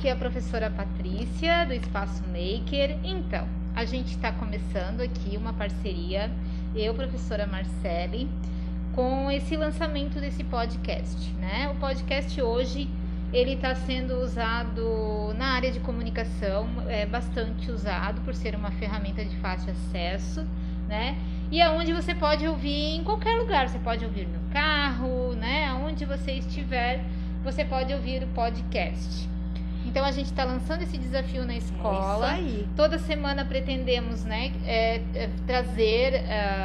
é a professora Patrícia, do Espaço Maker. Então, a gente está começando aqui uma parceria, eu, professora Marcele, com esse lançamento desse podcast, né? O podcast hoje, ele está sendo usado na área de comunicação, é bastante usado por ser uma ferramenta de fácil acesso, né? E aonde você pode ouvir em qualquer lugar, você pode ouvir no carro, né? Aonde você estiver, você pode ouvir o podcast. Então a gente está lançando esse desafio na escola. É isso aí. Toda semana pretendemos, né, trazer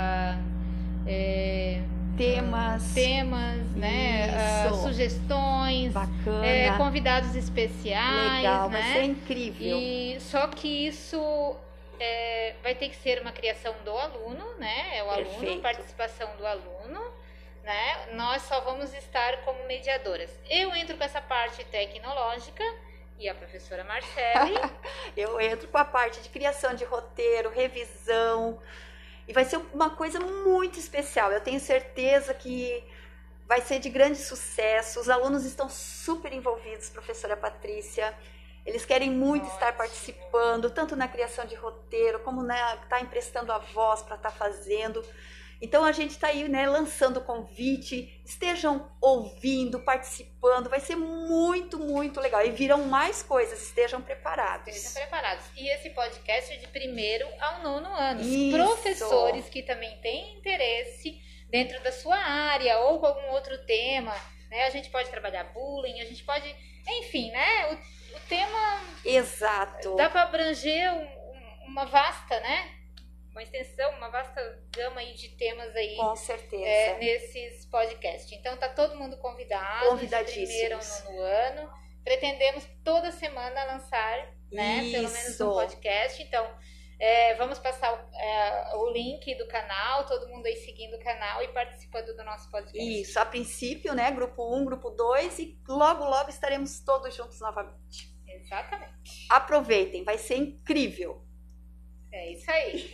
temas, né, sugestões, bacana, convidados especiais, legal, né? Vai ser incrível. E só que isso vai ter que ser uma criação do aluno, né? É o aluno, Perfeito. participação do aluno, né? Nós só vamos estar como mediadoras. Eu entro com essa parte tecnológica e a professora Marcele. Eu entro com a parte de criação de roteiro, revisão, e vai ser uma coisa muito especial. Eu tenho certeza que vai ser de grande sucesso. Os alunos estão super envolvidos, professora Patrícia. Eles querem muito estar participando, tanto na criação de roteiro, como estar emprestando a voz para estar fazendo. Então a gente está aí, né, lançando o convite. Estejam ouvindo, participando. Vai ser muito, muito legal. E virão mais coisas, estejam preparados. Estejam preparados. E esse podcast é de 1º ao 9º ano. Isso. Professores que também têm interesse dentro da sua área ou com algum outro tema, né? A gente pode trabalhar bullying, a gente pode... Enfim, né? O tema... Exato. Dá para abranger uma vasta, né? Uma extensão, uma vasta gama aí de temas aí. Com certeza. Nesses podcasts. Então tá todo mundo convidado. Convidadíssimos. De 1º ao 9º ano. Pretendemos toda semana lançar, né? Pelo menos um podcast. Então, vamos passar o link do canal, todo mundo aí seguindo o canal e participando do nosso podcast. Isso, a princípio, né? Grupo 1, grupo 2 e logo, logo estaremos todos juntos novamente. Exatamente. Aproveitem, vai ser incrível. É isso aí.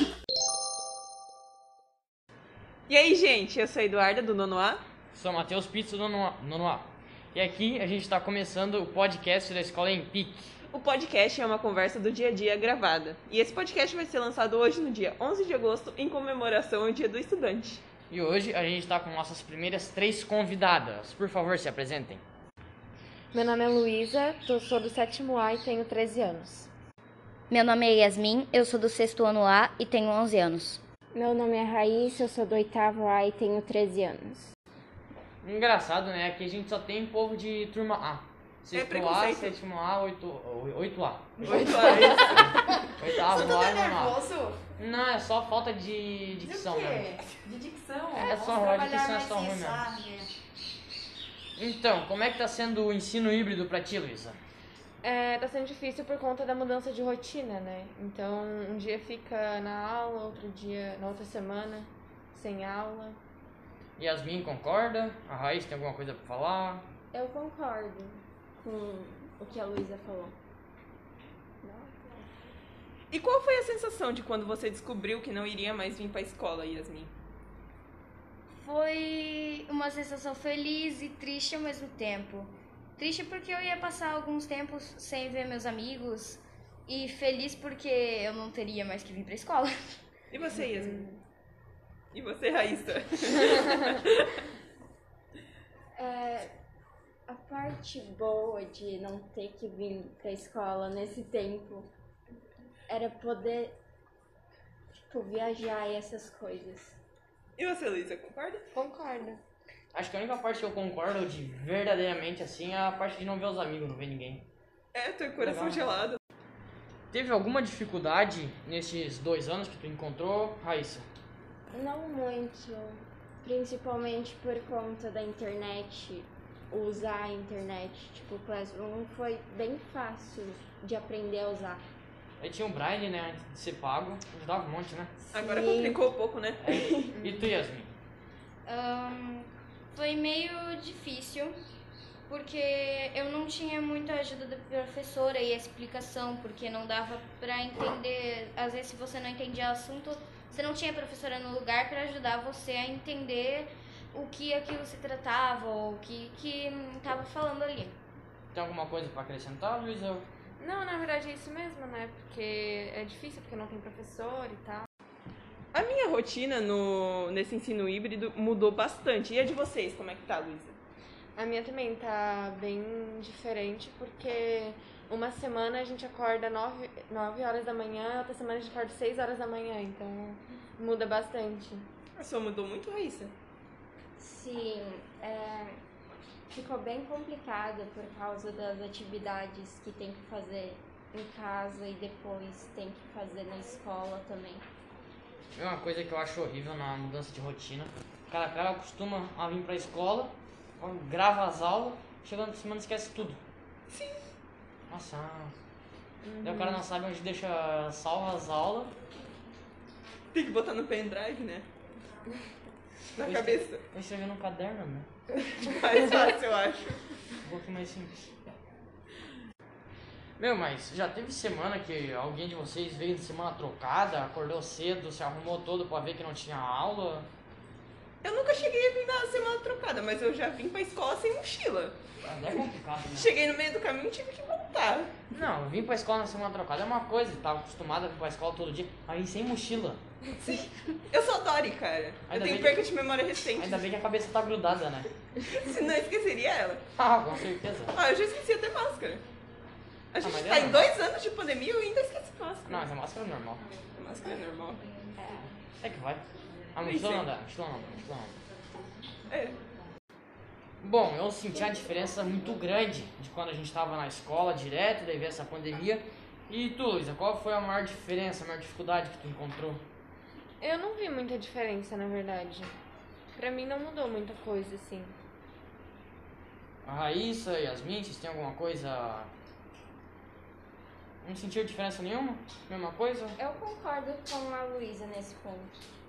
E aí, gente, eu sou a Eduarda, do Nono A. Sou Matheus Pizzo, do Nono A. E aqui a gente está começando o podcast da Escola Empic. O podcast é uma conversa do dia a dia gravada. E esse podcast vai ser lançado hoje, no dia 11 de agosto, em comemoração ao Dia do Estudante. E hoje a gente está com nossas primeiras 3 convidadas. Por favor, se apresentem. Meu nome é Luísa, sou do 7º A e tenho 13 anos. Meu nome é Yasmin, eu sou do 6º ano A e tenho 11 anos. Meu nome é Raíssa, eu sou do 8º A e tenho 13 anos. Engraçado, né? Aqui a gente só tem povo de turma A. 6º A, preconceito. 7º A, 8A. 8A. 8A, Você tá nervoso? Não, é só falta de dicção mesmo. De dicção? É só ruim, a dicção é só ruim mesmo. Então, como é que tá sendo o ensino híbrido pra ti, Luísa? Tá sendo difícil por conta da mudança de rotina, né? Então, um dia fica na aula, outro dia, na outra semana, sem aula. Yasmin concorda? A Raíssa tem alguma coisa pra falar? Eu concordo com o que a Luísa falou. E qual foi a sensação de quando você descobriu que não iria mais vir pra escola, Yasmin? Foi uma sensação feliz e triste ao mesmo tempo. Triste porque eu ia passar alguns tempos sem ver meus amigos e feliz porque eu não teria mais que vir pra escola. E você, Yasmin? E você, Raíssa? A parte boa de não ter que vir pra escola nesse tempo era poder, viajar e essas coisas. E você, Luísa, concorda? Concordo. Acho que a única parte que eu concordo de verdadeiramente assim é a parte de não ver os amigos, não ver ninguém. Teu coração Legal. gelado. Teve alguma dificuldade nesses 2 anos que tu encontrou, Raíssa? Não muito, principalmente por conta da internet, usar a internet. Tipo, o Classroom foi bem fácil de aprender a usar. Aí tinha o Braille, né, antes de ser pago, ajudava um monte, né? Agora complicou um pouco, né? E tu, Yasmin? Foi meio difícil, porque eu não tinha muita ajuda da professora e a explicação, porque não dava pra entender. Às vezes, se você não entendia o assunto, você não tinha professora no lugar pra ajudar você a entender o que aquilo se tratava ou o que tava falando ali. Tem alguma coisa pra acrescentar, Luísa? Não, na verdade é isso mesmo, né? Porque é difícil, porque não tem professor e tal. A minha rotina nesse ensino híbrido mudou bastante. E a de vocês, como é que tá, Luísa? A minha também tá bem diferente, porque uma semana a gente acorda 9 horas da manhã, outra semana a gente acorda 6 horas da manhã, então muda bastante. A sua mudou muito, Raíssa? Sim, ficou bem complicada por causa das atividades que tem que fazer em casa e depois tem que fazer na escola também. É uma coisa que eu acho horrível na mudança de rotina. O cara acostuma a vir pra escola, grava as aulas, chegando na semana esquece tudo. Sim. Nossa. Daí o cara não sabe onde deixa salva as aulas. Tem que botar no pendrive, né? Na Eu cabeça. Eu escrevi num caderno, né? Mais fácil, eu acho. Um pouquinho mais simples. Meu, mas já teve semana que alguém de vocês veio de semana trocada, acordou cedo, se arrumou todo pra ver que não tinha aula? Eu nunca cheguei a vir na semana trocada, mas eu já vim pra escola sem mochila. É complicado, né? Cheguei no meio do caminho e tive que voltar. Não, eu vim pra escola na semana trocada é uma coisa, tava acostumado a vir pra escola todo dia, aí sem mochila. Eu sou a Dory, cara. Ainda eu tenho bem perca de memória recente. Ainda bem que a cabeça tá grudada, né? Senão eu esqueceria ela. Ah, com certeza. Ah, eu já esqueci até máscara. A gente mas tá é em normal. 2 anos de pandemia e eu ainda esqueci máscara. Não, mas a máscara é normal. A máscara é normal. É que vai. A Nem mochila sei. não dá, mochila não. É. Bom, eu senti a diferença muito grande de quando a gente tava na escola direto, daí veio essa pandemia. E tu, Luísa, qual foi a maior diferença, a maior dificuldade que tu encontrou? Eu não vi muita diferença, na verdade. Pra mim não mudou muita coisa, assim. A Raíssa, Yasmin, vocês têm alguma coisa... Não sentiu diferença nenhuma? Mesma coisa? Eu concordo com a Luísa nesse ponto.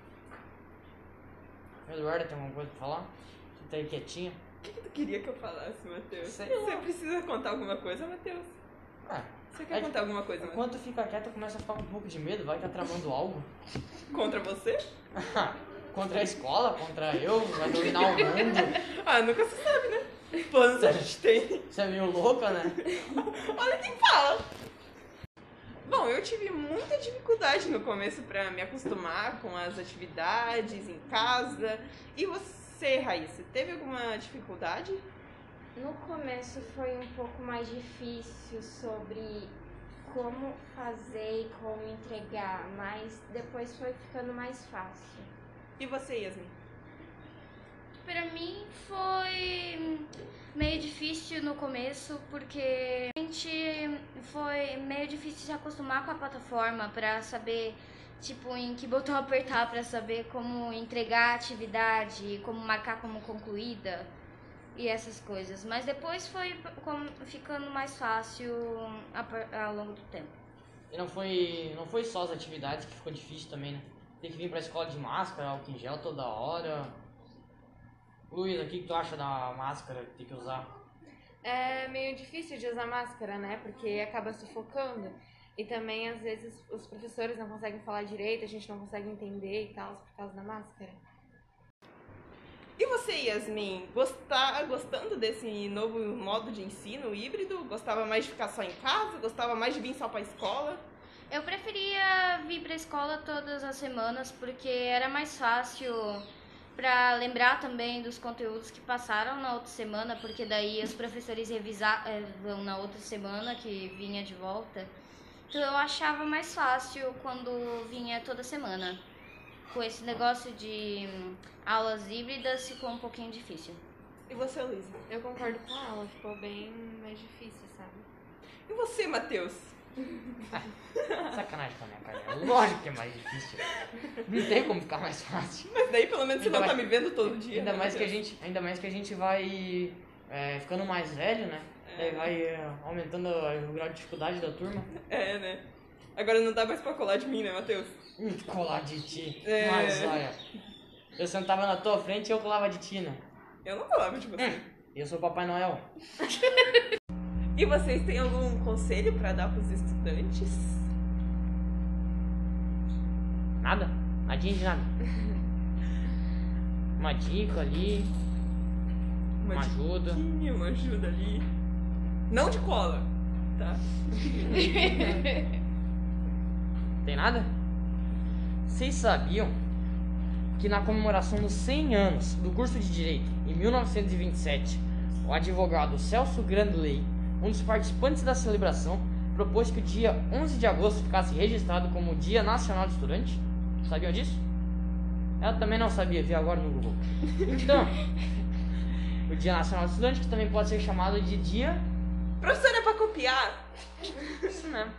Eduardo, tem alguma coisa pra falar? Você tá aí quietinha? O que tu queria que eu falasse, Matheus? Sei Você lá. precisa contar alguma coisa, Matheus? Ah, Você quer contar alguma coisa, Matheus? enquanto fica quieta, começa a ficar com um pouco de medo, vai que tá tramando algo. Contra você? Contra a escola, contra eu, vai dominar o mundo. Ah, nunca se sabe, né? Planos a gente tem. Você é meio louca, né? Olha quem fala. Bom, eu tive muita dificuldade no começo pra me acostumar com as atividades em casa. E você, Raíssa, teve alguma dificuldade? No começo foi um pouco mais difícil sobre como fazer e como entregar, mas depois foi ficando mais fácil. E você, Yasmin? Pra mim foi meio difícil no começo, porque a gente foi meio difícil se acostumar com a plataforma pra saber, tipo, em que botão apertar pra saber como entregar a atividade, como marcar como concluída e essas coisas. Mas depois foi ficando mais fácil ao longo do tempo. E não foi só as atividades que ficou difícil também, né? Tem que vir pra escola de máscara, álcool em gel toda hora. Luísa, o que tu acha da máscara que tem que usar? É meio difícil de usar máscara, né? Porque acaba sufocando. E também, às vezes, os professores não conseguem falar direito, a gente não consegue entender e tal, por causa da máscara. E você, Yasmin, gostando desse novo modo de ensino híbrido? Gostava mais de ficar só em casa? Gostava mais de vir só pra escola? Eu preferia vir pra escola todas as semanas, porque era mais fácil pra lembrar também dos conteúdos que passaram na outra semana, porque daí os professores revisavam na outra semana que vinha de volta. Então eu achava mais fácil quando vinha toda semana. Com esse negócio de aulas híbridas ficou um pouquinho difícil. E você, Luísa? Eu concordo com ela, ficou bem mais difícil, sabe? E você, Matheus? Sacanagem com a minha cara. Lógico que é mais difícil. Não tem como ficar mais fácil. Mas daí pelo menos você Ainda não tá mais- me vendo todo dia. Ainda né, mais Matheus? que a gente vai ficando mais velho, né? Daí vai aumentando o grau de dificuldade da turma. É, né? Agora não dá mais pra colar de mim, né, Matheus? Colar de ti. É. Mas olha, eu sentava na tua frente e eu colava de ti, né? Eu não colava de você. Eu sou o Papai Noel. E vocês têm algum conselho pra dar pros estudantes? Nada? Nadinha de nada. Uma dica ali. Uma ajuda. diquinha, uma ajuda ali. Não de cola, tá? Tem nada? Vocês sabiam que na comemoração dos 100 anos do curso de Direito, em 1927, o advogado Celso Grandley, um dos participantes da celebração, propôs que o dia 11 de agosto ficasse registrado como Dia Nacional do Estudante? Sabiam disso? Eu também não sabia, vi agora no Google. Então, o Dia Nacional do Estudante, que também pode ser chamado de Dia... Professora, é pra copiar? Isso mesmo.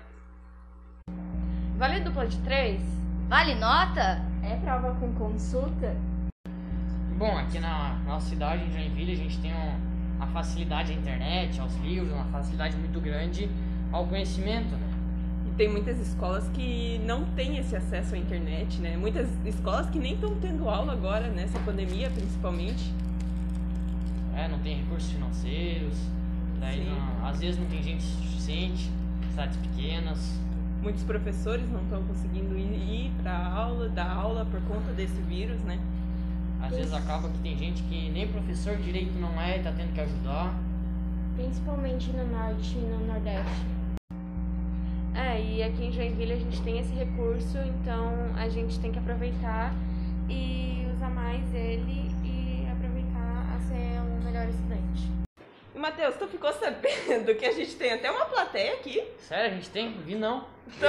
Vale dupla de 3? Vale nota? É prova com consulta? Bom, aqui na nossa cidade, em Joinville, a gente tem uma facilidade à internet, aos livros, uma facilidade muito grande ao conhecimento, né? E tem muitas escolas que não têm esse acesso à internet, né? Muitas escolas que nem estão tendo aula agora, nessa pandemia, principalmente. Não tem recursos financeiros, daí às vezes não tem gente suficiente, cidades pequenas. Muitos professores não estão conseguindo ir para aula, dar aula por conta desse vírus, né? Às vezes acaba que tem gente que nem professor de direito não é e tá tendo que ajudar. Principalmente no norte e no nordeste. E aqui em Joinville a gente tem esse recurso, então a gente tem que aproveitar e usar mais ele e aproveitar a ser um melhor estudante. E Matheus, tu ficou sabendo que a gente tem até uma plateia aqui? Sério, a gente tem? Vi não.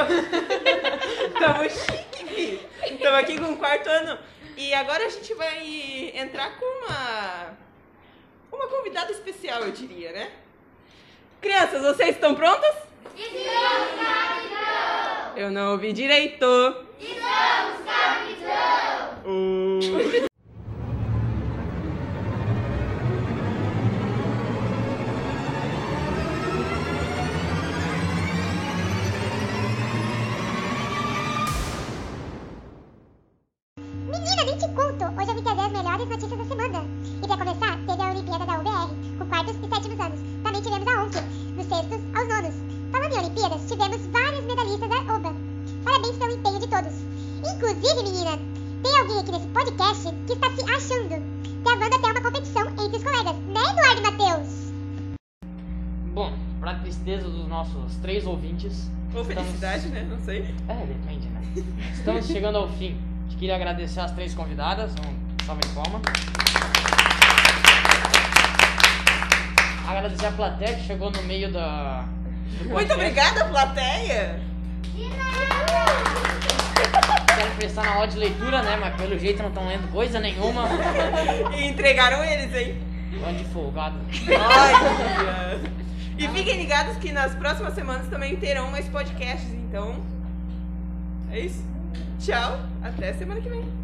Tamo chique, filho. Estamos aqui com o 4º ano. E agora a gente vai entrar com uma convidada especial, eu diria, né? Crianças, vocês estão prontas? Estamos, capitão! Eu não ouvi direito. Estamos, capitão! Menina, nem te conto! Hoje eu vim trazer as melhores notícias da semana. E pra começar, teve a Olimpíada da UBR, com 4º e 7º anos. Também tivemos a ONC, dos 6º aos 9º. Falando em Olimpíadas, tivemos vários medalhistas da OBA. Parabéns pelo empenho de todos. Inclusive, menina, tem alguém aqui nesse podcast que está se achando, gravando até uma competição entre os colegas, né, Eduardo e Matheus? Bom, pra tristeza dos nossos 3 ouvintes... Ou felicidade, né? Não sei. Depende, né? Estamos chegando ao fim. Queria agradecer as 3 convidadas. Salve de palma. Agradecer a plateia que chegou no meio do Muito podcast. obrigada, plateia! Quero prestar na aula de leitura, né? Mas pelo jeito não estão lendo coisa nenhuma. E entregaram eles, hein? Bando de folgado. Olha! E fiquem ligados que nas próximas semanas também terão mais podcasts, então... É isso. Tchau, até semana que vem.